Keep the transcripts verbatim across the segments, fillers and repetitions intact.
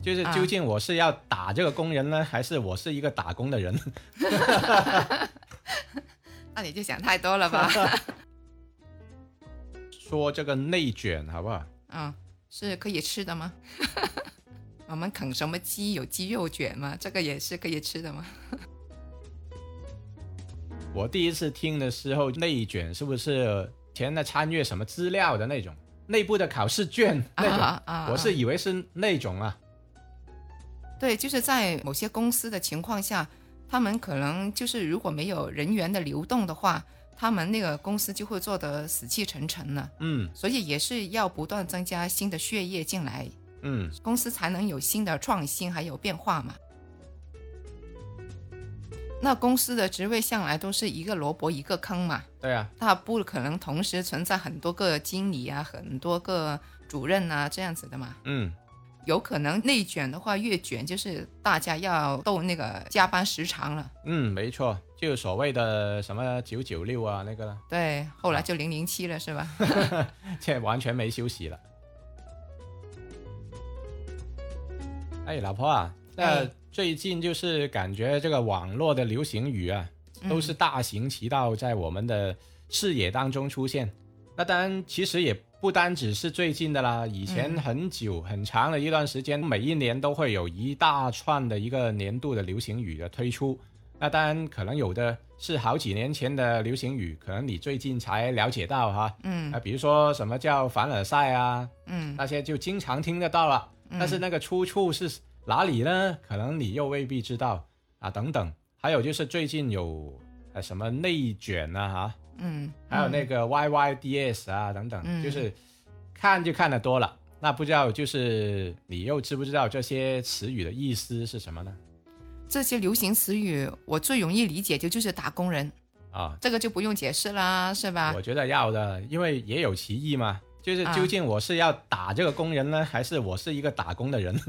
就是究竟我是要打这个工人呢，还是我是一个打工的人？ 那你就想太多了吧。 说这个内卷好不好？ 嗯，是可以吃的吗？我们啃什么鸡有鸡肉卷吗？这个也是可以吃的吗？ 我第一次听的时候，内卷是不是前的参阅什么资料的那种内部的考试卷那种？ 啊啊啊、 我是以为是那种啊。 对，就是在某些公司的情况下，他们可能就是如果没有人员的流动的话，他们那个公司就会做得死气沉沉了。 嗯， 所以也是要不断增加新的血液进来， 嗯， 公司才能有新的创新还有变化嘛。那公司的职位向来都是一个萝卜一个坑嘛， 对啊， 它不可能同时存在很多个经理啊，很多个主任啊这样子的嘛。 嗯， 有可能内卷的话，越卷就是大家要斗那个加班时长了。 嗯，没错，就所谓的什么九九六啊那个了。 对，后来就零零七了是吧？ 现在完全没休息了。哎，老婆啊，那、 哎最近就是感觉这个网络的流行语啊，都是大行其道在我们的视野当中出现。那当然，其实也不单只是最近的啦，以前很久、很长的一段时间，每一年都会有一大串的一个年度的流行语的推出。那当然，可能有的是好几年前的流行语，可能你最近才了解到哈。 嗯啊，比如说什么叫凡尔赛啊， 嗯， 那些就经常听得到了。但是那个出处是哪里呢？可能你又未必知道啊，等等。还有就是最近有呃什么内卷啊哈， 嗯， 还有那个 Y Y D S 啊等等， 嗯、 就是看就看得多了。那不知道就是你又知不知道这些词语的意思是什么呢？ 这些流行词语我最容易理解的就是打工人啊， 这个就不用解释啦，是吧？ 我觉得要的，因为也有歧义嘛。就是究竟我是要打这个工人呢，啊、还是我是一个打工的人？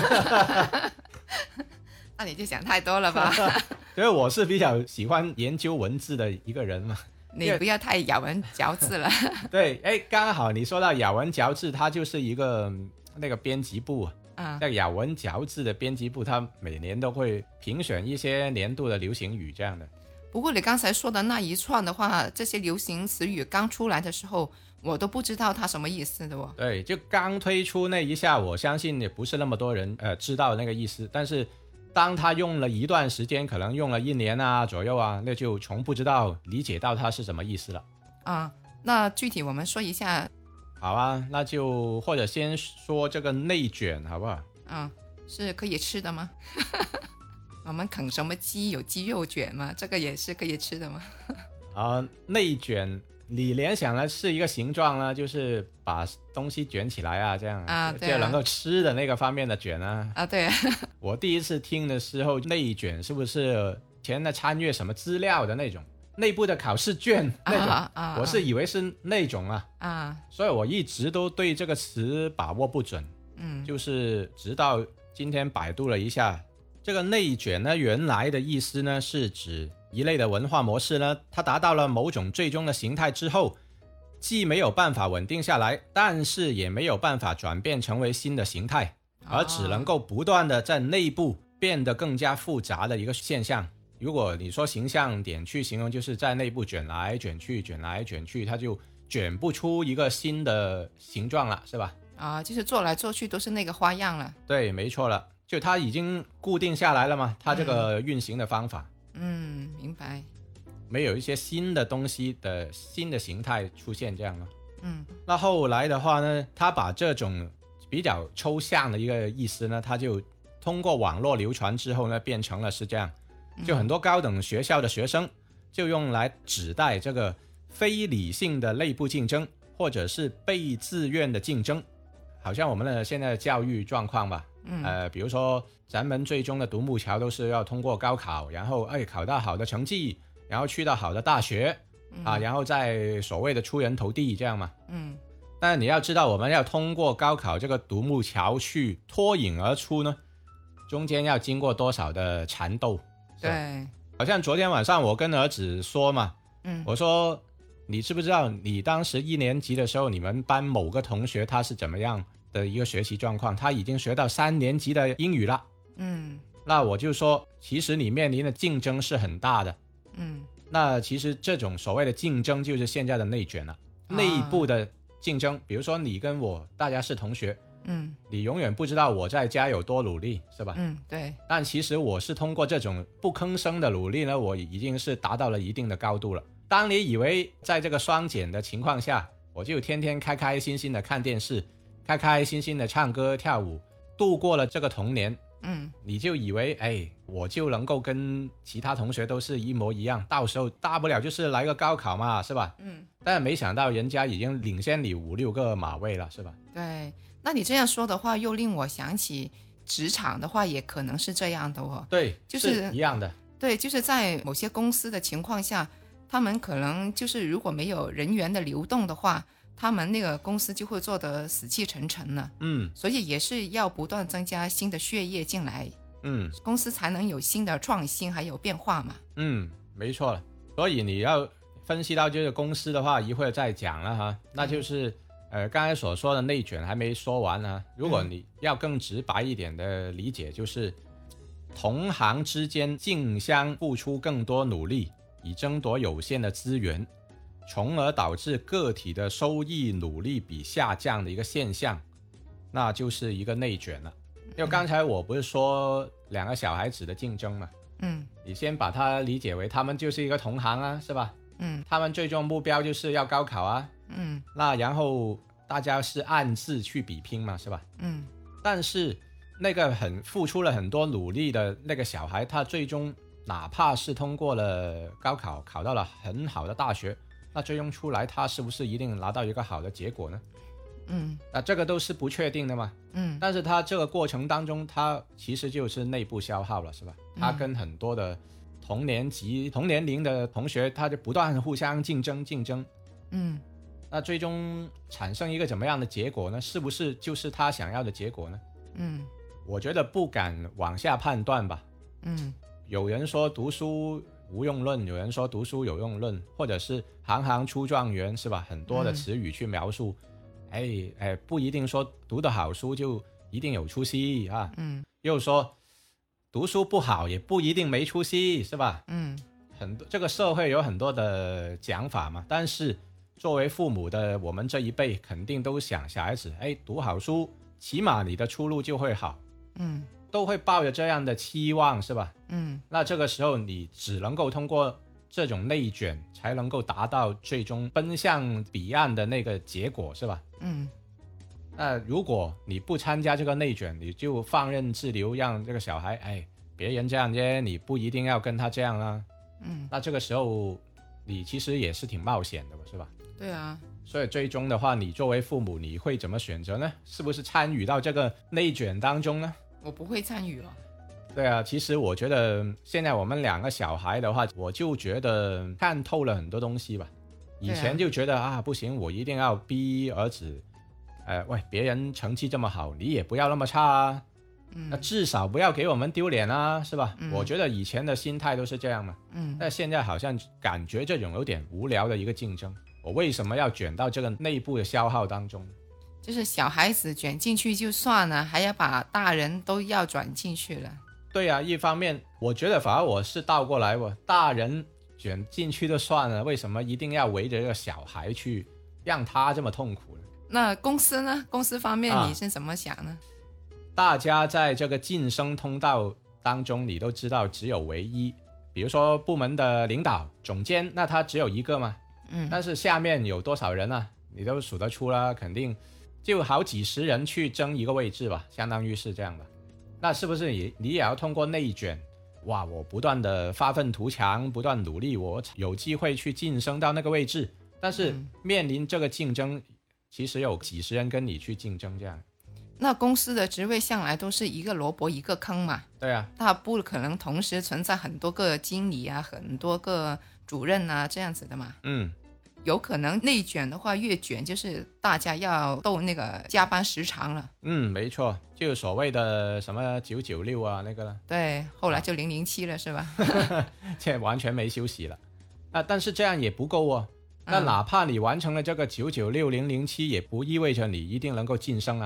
那你就想太多了吧。 因为我是比较喜欢研究文字的一个人嘛。 你不要太咬文嚼字了。 对，哎，刚好你说到咬文嚼字，它就是一个那个编辑部，嗯，那个咬文嚼字的编辑部，它每年都会评选一些年度的流行语这样的。 不过你刚才说的那一串的话，这些流行词语刚出来的时候，我都不知道它什么意思的哦。 对，就刚推出那一下，我相信也不是那么多人呃知道那个意思，但是当他用了一段时间，可能用了一年啊左右啊，那就从不知道理解到它是什么意思了。 啊，那具体我们说一下。 好啊，那就或者先说这个内卷好不好？ 嗯，是可以吃的吗？我们啃什么鸡有鸡肉卷吗？这个也是可以吃的吗？ 啊，内卷你联想的是一个形状呢，就是把东西卷起来啊，这样啊，对啊， 就能够吃的那个方面的卷啊。 啊，对啊。 我第一次听的时候，内卷是不是前的参阅什么资料的那种内部的考试卷那种？ 啊啊啊、 我是以为是那种啊。 啊， 所以我一直都对这个词把握不准。 嗯， 就是直到今天百度了一下。这个内卷呢，原来的意思呢，是指一类的文化模式呢，它达到了某种最终的形态之后，既没有办法稳定下来，但是也没有办法转变成为新的形态，而只能够不断的在内部变得更加复杂的一个现象。如果你说形象点去形容，就是在内部卷来卷去，卷来卷去，它就卷不出一个新的形状了，是吧？ 啊，就是做来做去都是那个花样了。 对，没错了。就它已经固定下来了嘛，它这个运行的方法。 嗯，明白。 没有一些新的东西的新的形态出现这样了。 嗯， 那后来的话呢，它把这种比较抽象的一个意思呢，它就通过网络流传之后呢，变成了是这样，就很多高等学校的学生就用来指代这个非理性的内部竞争，或者是被自愿的竞争。好像我们的现在的教育状况吧，嗯，呃，比如说咱们最终的独木桥都是要通过高考，然后哎考到好的成绩，然后去到好的大学，嗯、啊，然后再所谓的出人头地这样嘛，嗯。但你要知道，我们要通过高考这个独木桥去脱颖而出呢，中间要经过多少的缠斗？ 对， 好像昨天晚上我跟儿子说嘛，嗯，我说你知不知道你当时一年级的时候，你们班某个同学他是怎么样的一个学习状况，他已经学到三年级的英语了。 嗯， 那我就说，其实你面临的竞争是很大的。 嗯， 那其实这种所谓的竞争就是现在的内卷了， 啊内部的竞争，比如说你跟我大家是同学， 嗯， 你永远不知道我在家有多努力，是吧？ 嗯，对， 但其实我是通过这种不吭声的努力呢，我已经是达到了一定的高度了。当你以为在这个双减的情况下，我就天天开开心心的看电视，开开心心的唱歌跳舞，度过了这个童年， 嗯， 你就以为哎，我就能够跟其他同学都是一模一样，到时候大不了就是来个高考嘛，是吧？ 嗯， 但没想到人家已经领先你五六个马位了，是吧？ 对。那你这样说的话，又令我想起职场的话，也可能是这样的哦。 对， 就是一样的。 对，就是在某些公司的情况下，他们可能就是如果没有人员的流动的话，他们那个公司就会做得死气沉沉了。 嗯， 所以也是要不断增加新的血液进来， 嗯， 公司才能有新的创新还有变化嘛。 嗯，没错了。所以你要分析到这个公司的话，一会儿再讲了哈，那就是呃刚才所说的内卷还没说完啊。如果你要更直白一点的理解，就是同行之间竞相付出更多努力，以争夺有限的资源，从而导致个体的收益努力比下降的一个现象，那就是一个内卷了。因为刚才我不是说两个小孩子的竞争嘛， 嗯， 你先把它理解为他们就是一个同行啊，是吧？ 嗯， 他们最终目标就是要高考啊， 嗯， 那然后大家是暗自去比拼嘛，是吧？ 嗯， 但是那个很付出了很多努力的那个小孩，他最终哪怕是通过了高考，考到了很好的大学，那最终出来他是不是一定拿到一个好的结果呢？ 嗯， 那这个都是不确定的嘛。 嗯， 但是他这个过程当中，他其实就是内部消耗了，是吧？他跟很多的同年级、同年龄的同学，他就不断互相竞争、竞争。 嗯， 那最终产生一个怎么样的结果呢？是不是就是他想要的结果呢？ 嗯， 我觉得不敢往下判断吧。 嗯， 有人说读书无用论，有人说读书有用论，或者是行行出状元，是吧？很多的词语去描述。嗯哎哎，不一定说读得好书就一定有出息啊。 嗯， 又说读书不好也不一定没出息，是吧？ 嗯， 很多这个社会有很多的讲法嘛，但是作为父母的我们这一辈，肯定都想小孩子，哎，读好书，起码你的出路就会好。 嗯， 都会抱着这样的期望，是吧？ 嗯， 那这个时候你只能够通过这种内卷，才能够达到最终奔向彼岸的那个结果，是吧？ 嗯， 那如果你不参加这个内卷，你就放任自流，让这个小孩，哎，别人这样啫，你不一定要跟他这样啊。 嗯， 那这个时候你其实也是挺冒险的，是吧？ 对啊。 所以最终的话，你作为父母，你会怎么选择呢？是不是参与到这个内卷当中呢？ 我不会参与了。 对啊，其实我觉得现在我们两个小孩的话，我就觉得看透了很多东西吧。以前就觉得 啊, 啊不行，我一定要逼儿子，呃，喂，别人成绩这么好，你也不要那么差啊，嗯，那至少不要给我们丢脸啊，是吧？嗯，我觉得以前的心态都是这样嘛。嗯，但现在好像感觉这种有点无聊的一个竞争，我为什么要卷到这个内部的消耗当中？ 就是小孩子卷进去就算了，还要把大人都要转进去了。 对啊，一方面我觉得反而我是倒过来，我大人卷进去就算了，为什么一定要围着这个小孩去让他这么痛苦呢？ 那公司呢？公司方面你是怎么想呢？ 啊，大家在这个晋升通道当中，你都知道只有唯一，比如说部门的领导总监，那他只有一个嘛。嗯，但是下面有多少人啊？你都数得出啦，肯定就好几十人去争一个位置吧，相当于是这样的。那是不是你你也要通过内卷？哇，我不断的发愤图强，不断努力，我有机会去晋升到那个位置。但是面临这个竞争，其实有几十人跟你去竞争这样。 那公司的职位向来都是一个萝卜一个坑嘛。 对啊， 它不可能同时存在很多个经理啊，很多个主任啊这样子的嘛。 嗯， 有可能内卷的话，越卷就是大家要斗那个加班时长了。 嗯，没错，就所谓的什么九九六啊那个了。 对，后来就零零七了，是吧？ 这完全没休息了。啊，但是这样也不够哦。那哪怕你完成了这个九九六零零七，也不意味着你一定能够晋升啊。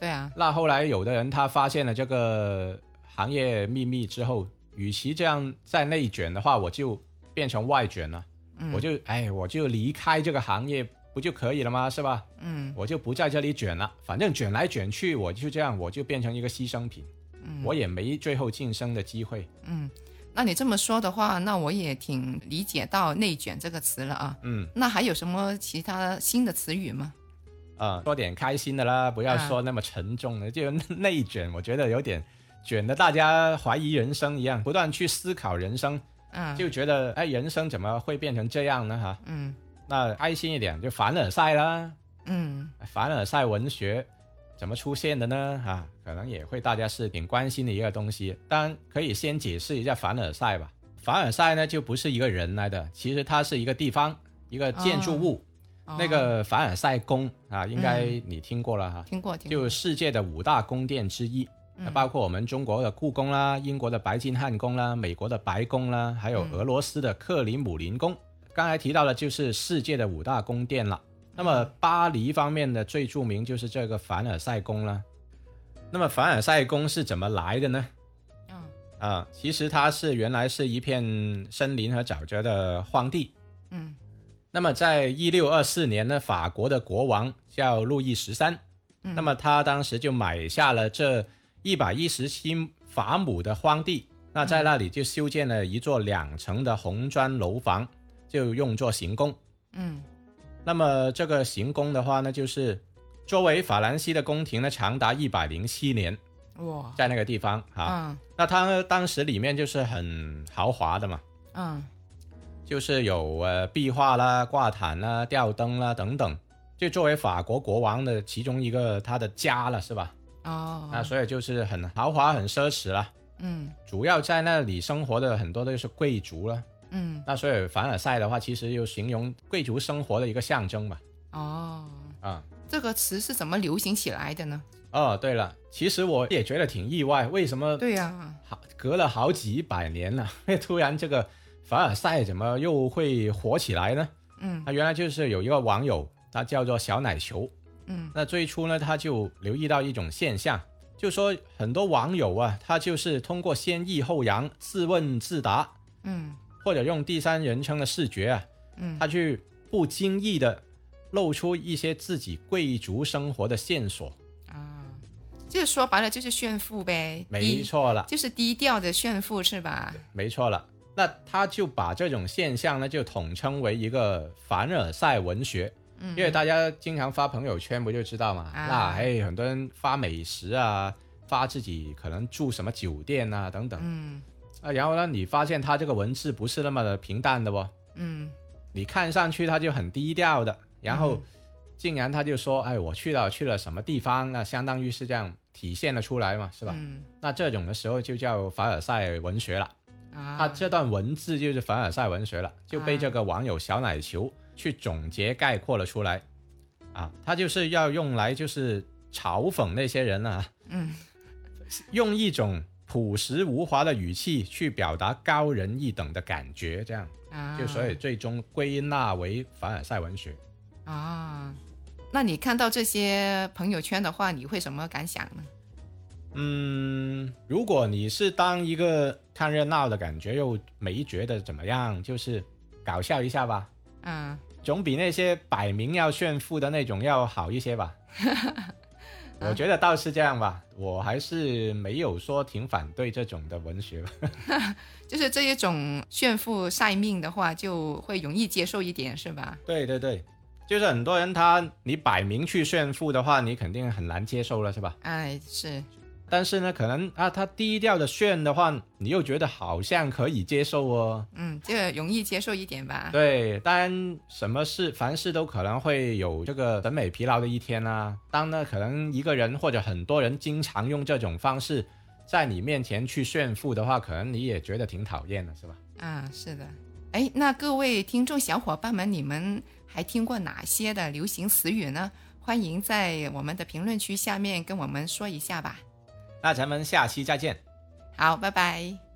对啊。 那后来有的人他发现了这个行业秘密之后，与其这样在内卷的话，我就变成外卷了。嗯、我就哎，我就离开这个行业不就可以了吗？是吧？嗯，我就不在这里卷了，反正卷来卷去，我就这样，我就变成一个牺牲品。嗯，我也没最后晋升的机会。 嗯，那你这么说的话，那我也挺理解到内卷这个词了啊。嗯，那还有什么其他新的词语吗？ 啊、嗯，说点开心的啦，不要说那么沉重的。啊、就内卷，我觉得有点卷的，大家怀疑人生一样，不断去思考人生。嗯，就觉得哎，人生怎么会变成这样呢？哈，嗯，那开心一点，就凡尔赛啦。嗯，凡尔赛文学怎么出现的呢？啊，可能也会大家是挺关心的一个东西。当然可以先解释一下凡尔赛吧。凡尔赛呢，就不是一个人来的，其实它是一个地方，一个建筑物。哦、那个凡尔赛宫啊，应该你听过了哈、嗯？ 听过，听过。 就世界的五大宫殿之一。包括我们中国的故宫啦，英国的白金汉宫啦，美国的白宫啦，还有俄罗斯的克里姆林宫。刚才提到的就是世界的五大宫殿了。那么巴黎方面的最著名就是这个凡尔赛宫了。那么凡尔赛宫是怎么来的呢？嗯啊，其实它是原来是一片森林和沼泽的荒地。嗯，那么在一六二四年呢，法国的国王叫路易十三。嗯，那么他当时就买下了这一百一十七法亩的荒地，那在那里就修建了一座两层的红砖楼房，就用作行宫。嗯，那么这个行宫的话呢，就是作为法兰西的宫廷呢，长达一百零七年。哇，在那个地方啊，嗯、那它当时里面就是很豪华的嘛。嗯，就是有呃壁画啦、挂毯啦、吊灯啦等等，就作为法国国王的其中一个他的家了，是吧？哦，那所以就是很豪华很奢侈了。嗯，主要在那里生活的很多都是贵族了。嗯，那所以凡尔赛的话其实又形容贵族生活的一个象征嘛。哦， 啊，这个词是怎么流行起来的呢？ 哦，对了，其实我也觉得挺意外，为什么对呀， 隔了好几百年了，突然这个凡尔赛怎么又会火起来呢？嗯，那原来就是有一个网友，他叫做小奶球。嗯，那最初呢，他就留意到一种现象，就说很多网友啊，他就是通过先抑后扬、自问自答，嗯，或者用第三人称的视觉啊，嗯，他去不经意的露出一些自己贵族生活的线索啊，就是说白了就是炫富呗， 没错了， 就是低调的炫富是吧？ 没错了，那他就把这种现象呢，就统称为一个凡尔赛文学。因为大家经常发朋友圈不就知道嘛、啊、那哎，很多人发美食啊，发自己可能住什么酒店啊等等，嗯啊，然后呢你发现他这个文字不是那么的平淡的哦，嗯，你看上去他就很低调的，然后竟然他就说哎，我去了去了什么地方，那相当于是这样体现了出来嘛，是吧？嗯，那这种的时候就叫凡尔赛文学了啊，他这段文字就是凡尔赛文学了，就被这个网友小奶球去总结概括了出来啊，他就是要用来就是嘲讽那些人啊，嗯，用一种朴实无华的语气去表达高人一等的感觉，这样啊，就所以最终归纳为凡尔赛文学啊。那你看到这些朋友圈的话，你会什么感想呢？ 嗯，如果你是当一个看热闹的感觉，又没觉得怎么样，就是搞笑一下吧。嗯，总比那些摆明要炫富的那种要好一些吧。我觉得倒是这样吧，我还是没有说挺反对这种的文学。 就是这一种炫富晒命的话，就会容易接受一点，是吧？ 对对对，就是很多人他你摆明去炫富的话，你肯定很难接受了，是吧？ 哎，是。 但是呢，可能啊，他低调的炫的话，你又觉得好像可以接受哦。 嗯，这个容易接受一点吧。 对，当然什么事凡事都可能会有这个审美疲劳的一天啊。当呢，可能一个人或者很多人经常用这种方式在你面前去炫富的话，可能你也觉得挺讨厌的，是吧？ 啊，是的。哎，那各位听众小伙伴们，你们还听过哪些的流行词语呢？欢迎在我们的评论区下面跟我们说一下吧。 那咱们下期再见。 好，拜拜。